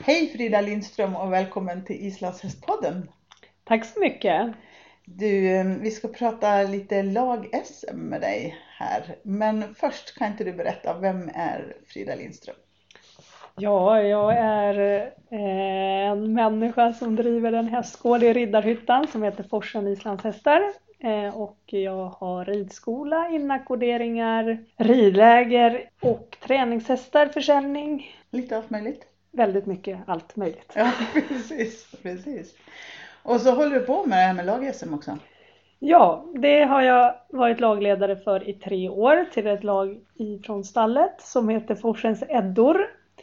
Hej Frida Lindström och välkommen till Islandshästpodden. Tack så mycket. Du, vi ska prata lite lag-SM med dig här. Men först kan inte du berätta, vem är Frida Lindström? Ja, jag är en människa som driver en hästgård i Riddarhyttan som heter Forsen Islandshästar. Och jag har ridskola, inackorderingar, ridläger och träningshästar, försäljning. Lite allt möjligt. Väldigt mycket allt möjligt. Ja, precis. Och så håller du på med det här med lag-SM också. Ja, det har jag varit lagledare för i 3 år till ett lag från stallet som heter Forsens Eddor.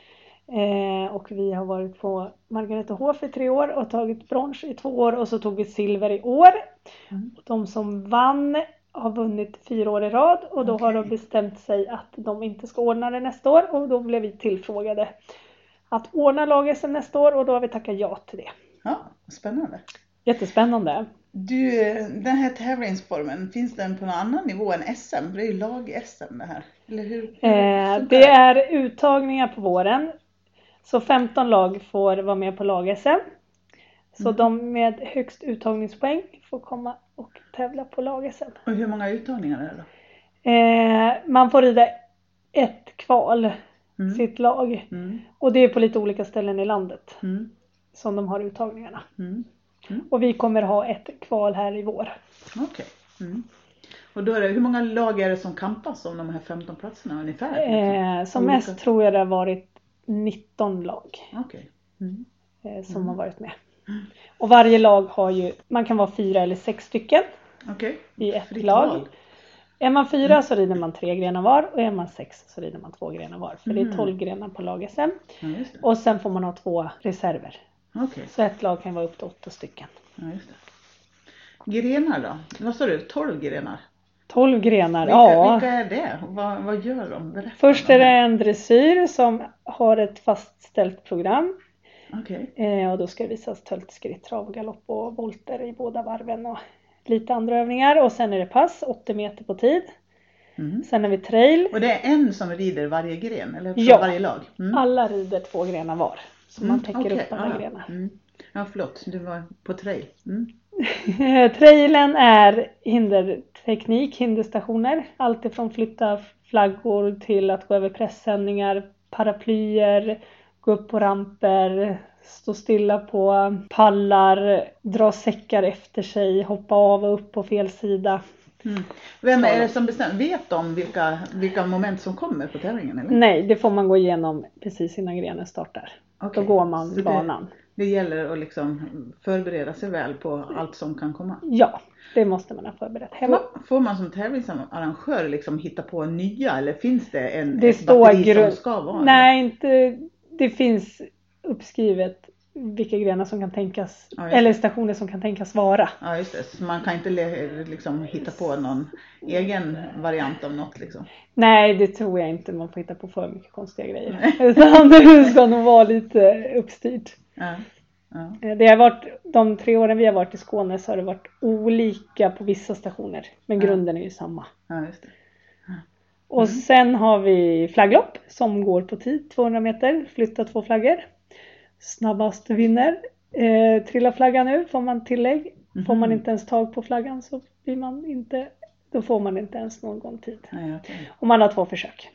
Och vi har varit på Margaretehof i 3 år och tagit brons i 2 år och så tog vi silver i år. De som vann har vunnit 4 år i rad och då har de bestämt sig att de inte ska ordna det nästa år och då blev vi tillfrågade att ordna lag-SM nästa år och då har vi tackat ja till det. Ja, spännande. Jättespännande. Du, den här tävlingsformen, finns den på någon annan nivå än SM? Det är ju lag-SM det här, eller hur? Det är uttagningar på våren. Så 15 lag får vara med på lag-SM. Så de med högst uttagningspoäng får komma och tävla på lag-SM. Och hur många uttagningar är det då? Man får rida ett kval, sitt lag. Och det är på lite olika ställen i landet som de har uttagningarna. Och vi kommer ha ett kval här i vår. Okej. Och då är det, hur många lag är det som kampas om de här 15 platserna ungefär? Som mest tror jag det har varit 19 lag som har varit med. Och varje lag har ju, man kan vara 4 eller 6 stycken i ett lag. Är man 4 så rider man 3 grenar var och är man 6 så rider man 2 grenar var. För det är 12 grenar på lag-SM. Och sen får man ha 2 reserver. Så ett lag kan vara upp till 8 stycken. Ja, just det. Grenar då? Vad sa du? 12 grenar? 12 grenar, Vilka är det? Vad gör de? Berätta. Först är det en dressyr som har ett fastställt program. Och då ska det visas töltskritt, trav, galopp och volter i båda varven och lite andra övningar. Och sen är det pass, 80 meter på tid. Sen är vi trail. Och det är en som rider varje gren? Eller varje lag? Alla rider 2 grenar var. Så man täcker upp alla grenar. Ja, förlåt. Du var på trail. Trailen är hinderteknik, hinderstationer. Allt ifrån flytta flaggor till att gå över pressändningar, paraplyer, gå upp på ramper, stå stilla på pallar, dra säckar efter sig, hoppa av och upp på fel sida. Vem är det som bestämmer? Vet de vilka moment som kommer på tävlingen? Eller? Nej, det får man gå igenom precis innan grenen startar. Då går man så banan. Det gäller att liksom förbereda sig väl på allt som kan komma. Ja, det måste man ha förberett hemma. Får man som tävlingsarrangör liksom hitta på nya eller finns det ett batteri som ska vara? Nej, inte. Det finns uppskrivet vilka grenar som kan tänkas, eller stationer som kan tänkas vara. Ja, just det. Så man kan inte liksom hitta på någon egen variant av något liksom. Nej, det tror jag inte. Man får hitta på för mycket konstiga grejer. Utan det ska nog vara lite uppstyrt. Det har varit, de 3 åren vi har varit i Skåne så har det varit olika på vissa stationer. Men grunden är ju samma. Ja, just det. Och sen har vi flagglopp som går på tid, 200 meter, flytta 2 flaggor. Snabbast vinner. Trilla flaggan nu får man tillägg. Får man inte ens tag på flaggan så blir man inte, då får man inte ens någon tid. Och man har 2 försök.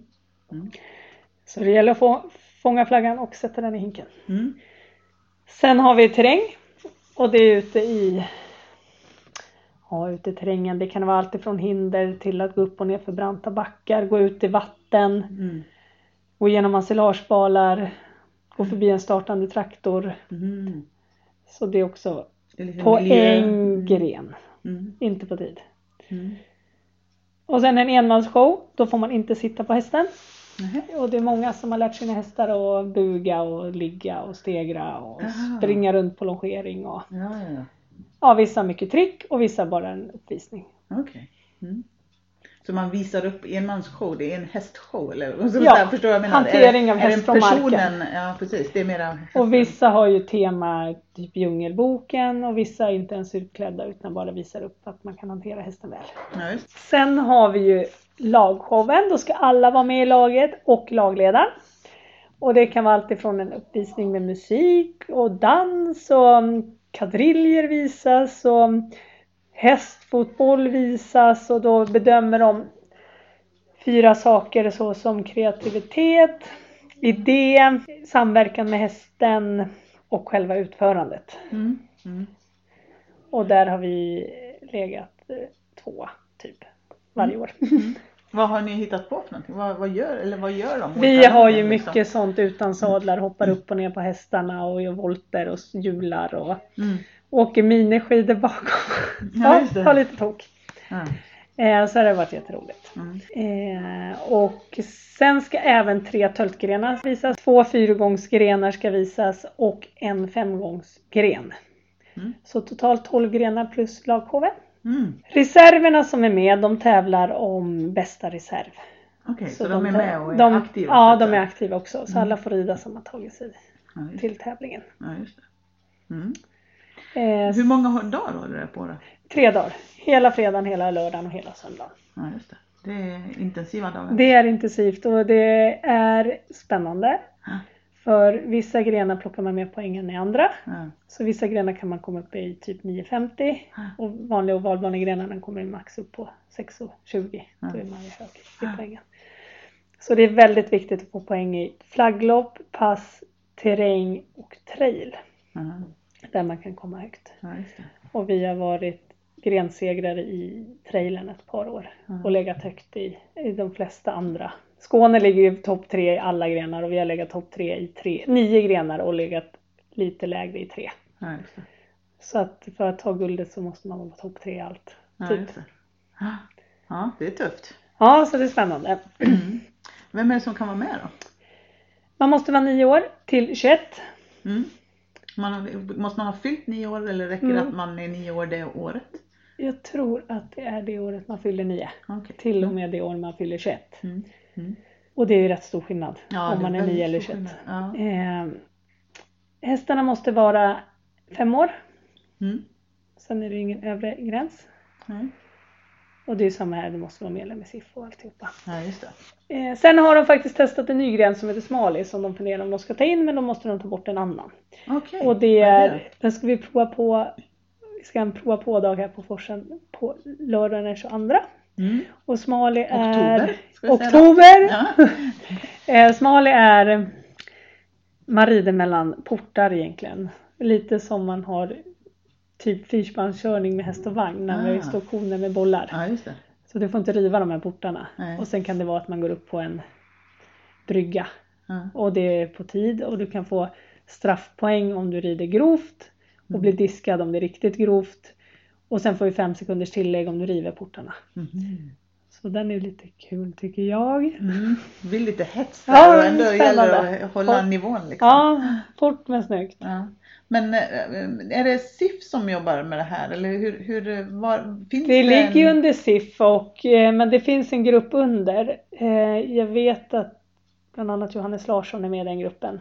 Så det gäller att få fånga flaggan och sätta den i hinken. Sen har vi terräng. Och det är ute i terrängen. Det kan vara allt ifrån hinder till att gå upp och ner för branta backar. Gå ut i vatten. Gå igenom ensilagebalar. Gå förbi en startande traktor. Så det är också på en gren. Inte på tid. Och sen en enmansshow. Då får man inte sitta på hästen. Och det är många som har lärt sina hästar att buga och ligga och stegra och springa runt på longering. Och, vissa har mycket trick och vissa bara en uppvisning. Så man visar upp enmansshow, det är en hästshow eller? Förstår jag menar. Hantering av häst från marken. Ja, precis, det är mera hästen. Och vissa har ju tema typ djungelboken och vissa är inte ens utklädda utan bara visar upp att man kan hantera hästen väl. Sen har vi ju lagshowen, då ska alla vara med i laget och lagledaren. Och det kan vara allt ifrån en uppvisning med musik och dans och kadriljer visas och hästfotboll visas, och då bedömer de 4 saker såsom kreativitet, idé, samverkan med hästen och själva utförandet. Och där har vi legat 2 typ varje år. Vad har ni hittat på för någonting? Vad gör de? Vi har ju mycket sånt utan sadlar, hoppar upp och ner på hästarna och gör volter och hjular och åker miniskidor bakom. Ja, lite tok. Så har det varit jätteroligt. Och sen ska även 3 töltgrenar visas. 2 4-gångsgrenar ska visas och en 5-gångsgren. Så totalt 12 grenar plus laghove. Reserverna som är med, de tävlar om bästa reserv. Okej, så de är med och är aktiva? Ja, de är aktiva också. Så alla får rida som har tagit sig till tävlingen. Ja, just det. Hur många dagar håller det på då? 3 dagar. Hela fredagen, hela lördagen och hela söndagen. Ja, just det. Det är intensiva dagar. Det är intensivt och det är spännande. För vissa grenar plockar man mer poängen än andra. Så vissa grenar kan man komma upp i typ 9,50. Och vanliga ovalbanegrenarna kommer max upp på 6,20. Då är man ju hög i poängen. Så det är väldigt viktigt att få poäng i flagglopp, pass, terräng och trail. Där man kan komma högt. Just det. Och vi har varit grensegrare i trailen ett par år. Och legat högt i de flesta andra. Skåne ligger ju topp 3 i alla grenar och vi har legat topp 3 i 9 grenar och legat lite lägre i 3. Ja, just det. Så att för att ta guldet så måste man vara topp 3 i allt. Ja, typ. just det. Ja, det är tufft. Ja, så det är spännande. Vem är det som kan vara med då? Man måste vara 9 år till 21. Måste man ha fyllt 9 år eller räcker det att man är 9 år det året? Jag tror att det är det året man fyller 9. Okay. Till och med det år man fyller 21. Och det är ju rätt stor skillnad om man är 9 eller 21. Ja. Hästarna måste vara 5 år. Sen är det ingen övre gräns. Och det är samma här, det måste vara medlem i SIF och alltihopa. Ja, just det. Sen har de faktiskt testat en ny gräns som heter Smali som de funderar om de ska ta in, men då måste de ta bort en annan. Okay. Och den ska vi prova på. Vi ska ha en prova på dag här på Forsen på lördagen den 22. Och Smali är oktober. Ja. Smali är man rider mellan portar egentligen. Lite som man har typ fyrspanskörning med häst och vagn när det står koner med bollar. Ja, just det. Så du får inte riva de här portarna. Nej. Och sen kan det vara att man går upp på en brygga. Och det är på tid. Och du kan få straffpoäng om du rider grovt. Och blir diskad om det är riktigt grovt. Och sen får vi 5 sekunders tillägg om du river portarna. Så den är lite kul tycker jag. Det blir lite hets där och ändå gäller att hålla nivån liksom. Ja, fort men snyggt. Ja. Men är det SIF som jobbar med det här? Eller finns det ligger ju under SIF men det finns en grupp under. Jag vet att bland annat Johannes Larsson är med i den gruppen.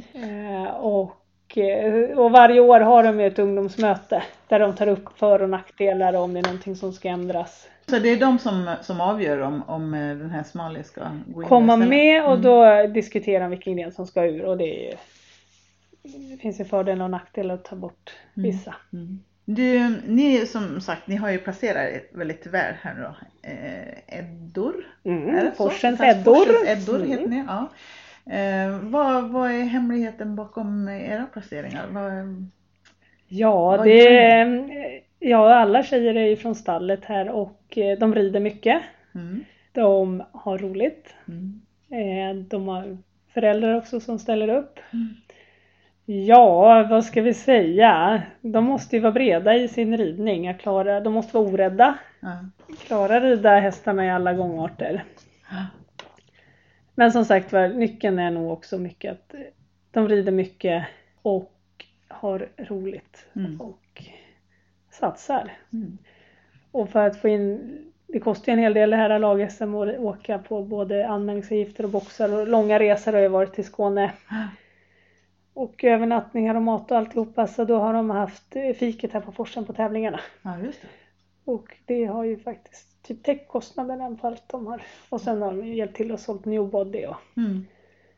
Och varje år har de ett ungdomsmöte där de tar upp för- och nackdelar och om det är någonting som ska ändras. Så det är de som avgör om den här Smali ska gå in komma med och då diskuterar vilken gren som ska ur och det finns ju fördelar och nackdelar att ta bort vissa. Ni som sagt, ni har ju placerat väldigt väl här då. Eddor. Forsens Eddor. Eddor heter ni, ja. Vad är hemligheten bakom era placeringar? Alla tjejer är ju från stallet här och de rider mycket. De har roligt. De har föräldrar också som ställer upp. Ja, vad ska vi säga? De måste ju vara breda i sin ridning. De måste vara orädda. Klara rida hästarna i alla gångarter. Men som sagt nyckeln är nog också mycket att de rider mycket och har roligt och satsar. Och för att få in, det kostar en hel del det här lag-SM att åka på både anmälningsavgifter och boxar och långa resor har jag varit till Skåne. Och övernattningar och mat och alltihopa, så då har de haft fiket här på Forsen på tävlingarna. Ja, just det. Och det har ju faktiskt typ täckkostnaderna för allt de har. Och sen har de hjälpt till och sålt New Body.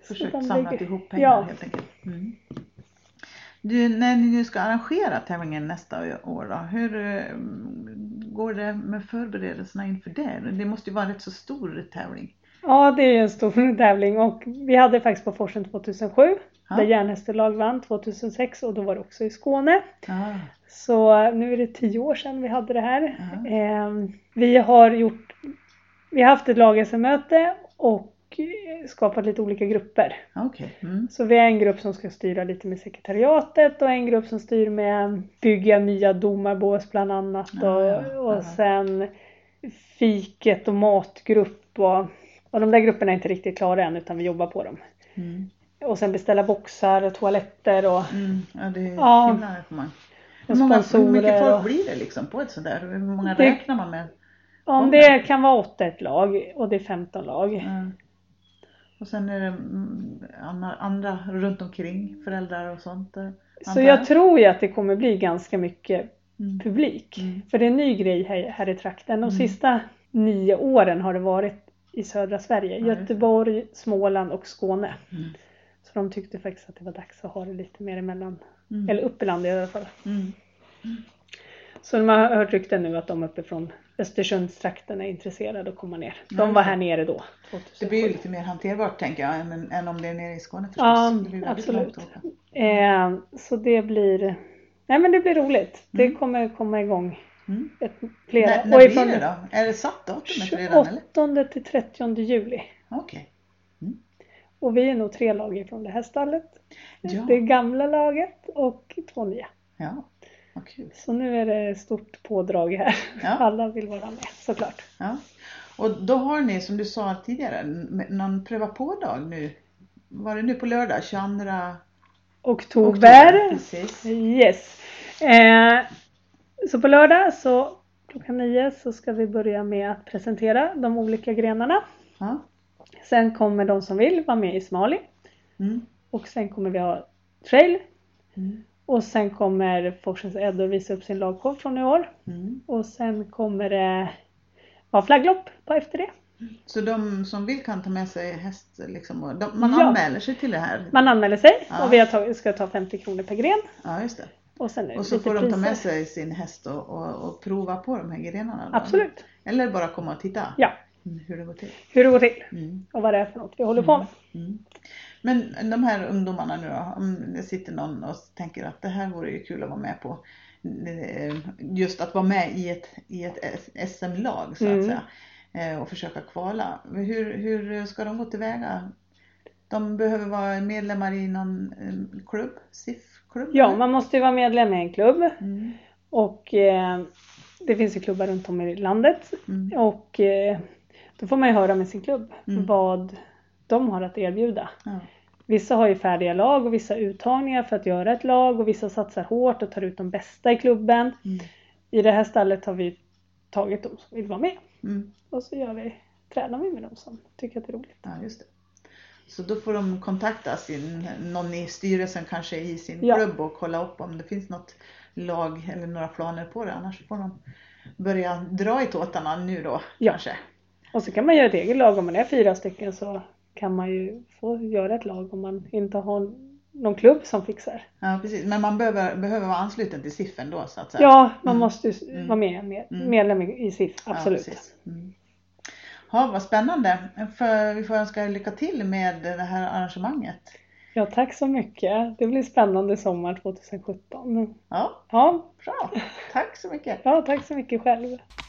försökt samla ihop pengar helt enkelt. Du, när ni nu ska arrangera tävlingen nästa år då, hur går det med förberedelserna inför det? Det måste ju vara en rätt så stor tävling. Ja, det är en stor tävling och vi hade faktiskt på Forsen 2007 där Järnhästelag vann 2006 och då var det också i Skåne. Så nu är det 10 år sedan vi hade det här. Vi har haft ett lag-SM-möte och skapat lite olika grupper. Så vi är en grupp som ska styra lite med sekretariatet och en grupp som styr med bygga nya domarbås bland annat och sen fiket och matgrupp och de där grupperna är inte riktigt klara än utan vi jobbar på dem. Och sen beställa boxar och toaletter och ja, det är himla engagemang. Hur mycket folk blir det liksom på ett sådär? Hur många räknar man med? Om det kan vara 8 ett lag och det är 15 lag. Och sen är det andra runt omkring, föräldrar och sånt. Så jag tror ju att det kommer bli ganska mycket publik. För det är en ny grej här i trakten. De sista 9 åren har det varit i södra Sverige. Göteborg, Småland och Skåne. Så de tyckte faktiskt att det var dags att ha det lite mer emellan. Eller upp i landet i alla fall. Så de har hört rykten nu att de uppifrån Östersundstrakten är intresserade att komma ner. De var här nere då. 2007. Det blir ju lite mer hanterbart tänker jag än om det är nere i Skåne förstås. Ja, absolut. Så det blir roligt. Det kommer komma igång flera. När blir det då? Är det satt datumet redan eller? 28 till 30 juli. Okej. Och vi är nog 3 lag ifrån det här stallet. Det gamla laget och 2 nya. Ja. Kul. Så nu är det stort pådrag här. Alla vill vara med, såklart. Och då har ni, som du sa tidigare, någon pröva på-dag nu. Var det nu på lördag, 22 oktober? Precis. Yes. Så på lördag så klockan 9 så ska vi börja med att presentera de olika grenarna. Sen kommer de som vill vara med i Smali. Och sen kommer vi ha trail. Och sen kommer Forsens Eddor visa upp sin lagkår från i år. Och sen kommer det vara flagglopp på efter det. Så de som vill kan ta med sig häst liksom, man anmäler sig till det här? Man anmäler sig och vi ska ta 50 kronor per gren. Ja, just det. Och så får de ta med sig sin häst och prova på de här grenarna då? Absolut. Eller bara komma och titta? Ja. Hur det går till? Och vad det är för något vi håller på med. Men de här ungdomarna nu då, om det sitter någon och tänker att det här vore ju kul att vara med på. Just att vara med i ett SM-lag så att säga. Och försöka kvala. Hur ska de gå tillväga? De behöver vara medlemmar i någon klubb, SIF-klubb? Ja, man måste ju vara medlem i en klubb. Och det finns ju klubbar runt om i landet. Och då får man ju höra med sin klubb vad de har att erbjuda. Vissa har ju färdiga lag och vissa uttagningar för att göra ett lag. Och vissa satsar hårt och tar ut de bästa i klubben. I det här stallet har vi tagit dem som vill vara med. Och så tränar vi med dem som tycker att det är roligt. Ja, just det. Så då får de kontakta någon i styrelsen kanske i sin klubb och kolla upp om det finns något lag eller några planer på det. Annars får de börja dra i tåtarna nu då kanske. Och så kan man göra ett eget lag om man är 4 stycken så kan man ju få göra ett lag om man inte har någon klubb som fixar. Ja, precis. Men man behöver vara ansluten till SIFen då så att säga. Ja, man måste vara medlem i SIF, absolut. Ja, Ja, vad spännande. Vi får önska lycka till med det här arrangemanget. Ja, tack så mycket. Det blir spännande sommar 2017. Ja, bra. Tack så mycket. Ja, tack så mycket själv.